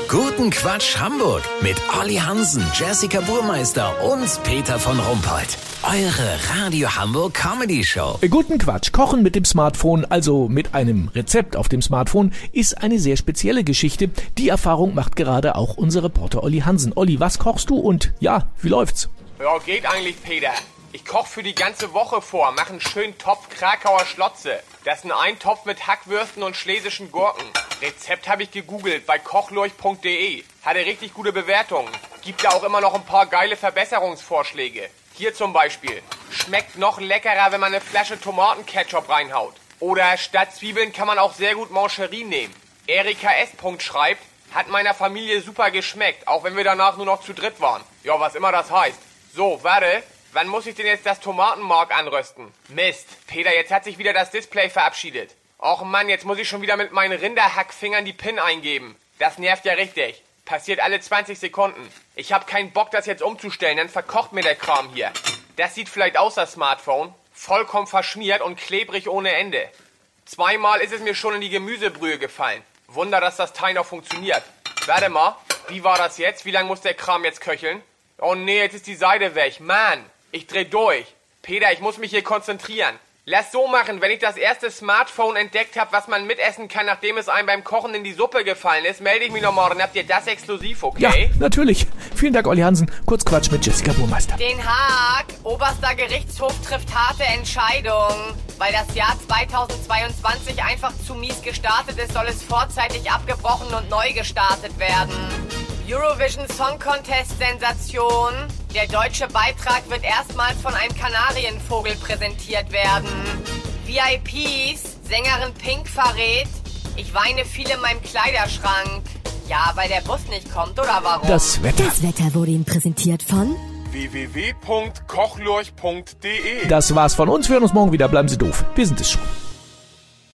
Guten Quatsch Hamburg mit Olli Hansen, Jessica Burmeister und Peter von Rumpold. Eure Radio Hamburg Comedy Show. Guten Quatsch. Kochen mit dem Smartphone, also mit einem Rezept auf dem Smartphone, ist eine sehr spezielle Geschichte. Die Erfahrung macht gerade auch unser Reporter Olli Hansen. Olli, was kochst du und ja, wie läuft's? Ja, geht eigentlich, Peter. Ich koch für die ganze Woche vor, mach einen schönen Topf Krakauer Schlotze. Das ist ein Eintopf mit Hackwürsten und schlesischen Gurken. Rezept habe ich gegoogelt bei kochlurch.de. Hatte richtig gute Bewertungen. Gibt ja auch immer noch ein paar geile Verbesserungsvorschläge. Hier zum Beispiel. Schmeckt noch leckerer, wenn man eine Flasche Tomatenketchup reinhaut. Oder statt Zwiebeln kann man auch sehr gut Mancherie nehmen. Erika S. schreibt, hat meiner Familie super geschmeckt, auch wenn wir danach nur noch zu dritt waren. Ja, was immer das heißt. So, warte. Wann muss ich denn jetzt das Tomatenmark anrösten? Mist, Peter, jetzt hat sich wieder das Display verabschiedet. Och Mann, jetzt muss ich schon wieder mit meinen Rinderhackfingern die PIN eingeben. Das nervt ja richtig. Passiert alle 20 Sekunden. Ich hab keinen Bock, das jetzt umzustellen, dann verkocht mir der Kram hier. Das sieht vielleicht aus, das Smartphone. Vollkommen verschmiert und klebrig ohne Ende. Zweimal ist es mir schon in die Gemüsebrühe gefallen. Wunder, dass das Teil noch funktioniert. Warte mal, wie war das jetzt? Wie lange muss der Kram jetzt köcheln? Oh nee, jetzt ist die Seite weg. Mann, ich dreh durch. Peter, ich muss mich hier konzentrieren. Lass so machen, wenn ich das erste Smartphone entdeckt habe, was man mitessen kann, nachdem es einem beim Kochen in die Suppe gefallen ist, melde ich mich noch morgen. Habt ihr das exklusiv, okay? Ja, natürlich. Vielen Dank, Olli Hansen. Kurz Quatsch mit Jessica Burmeister. Den Haag. Oberster Gerichtshof trifft harte Entscheidung. Weil das Jahr 2022 einfach zu mies gestartet ist, soll es vorzeitig abgebrochen und neu gestartet werden. Eurovision Song Contest Sensation. Der deutsche Beitrag wird erstmals von einem Kanarienvogel präsentiert werden. VIPs. Sängerin Pink verrät, ich weine viel in meinem Kleiderschrank. Ja, weil der Bus nicht kommt, oder warum? Das Wetter. Das Wetter wurde Ihnen präsentiert von www.kochlurch.de. Das war's von uns. Wir hören uns morgen wieder. Bleiben Sie doof. Wir sind es schon.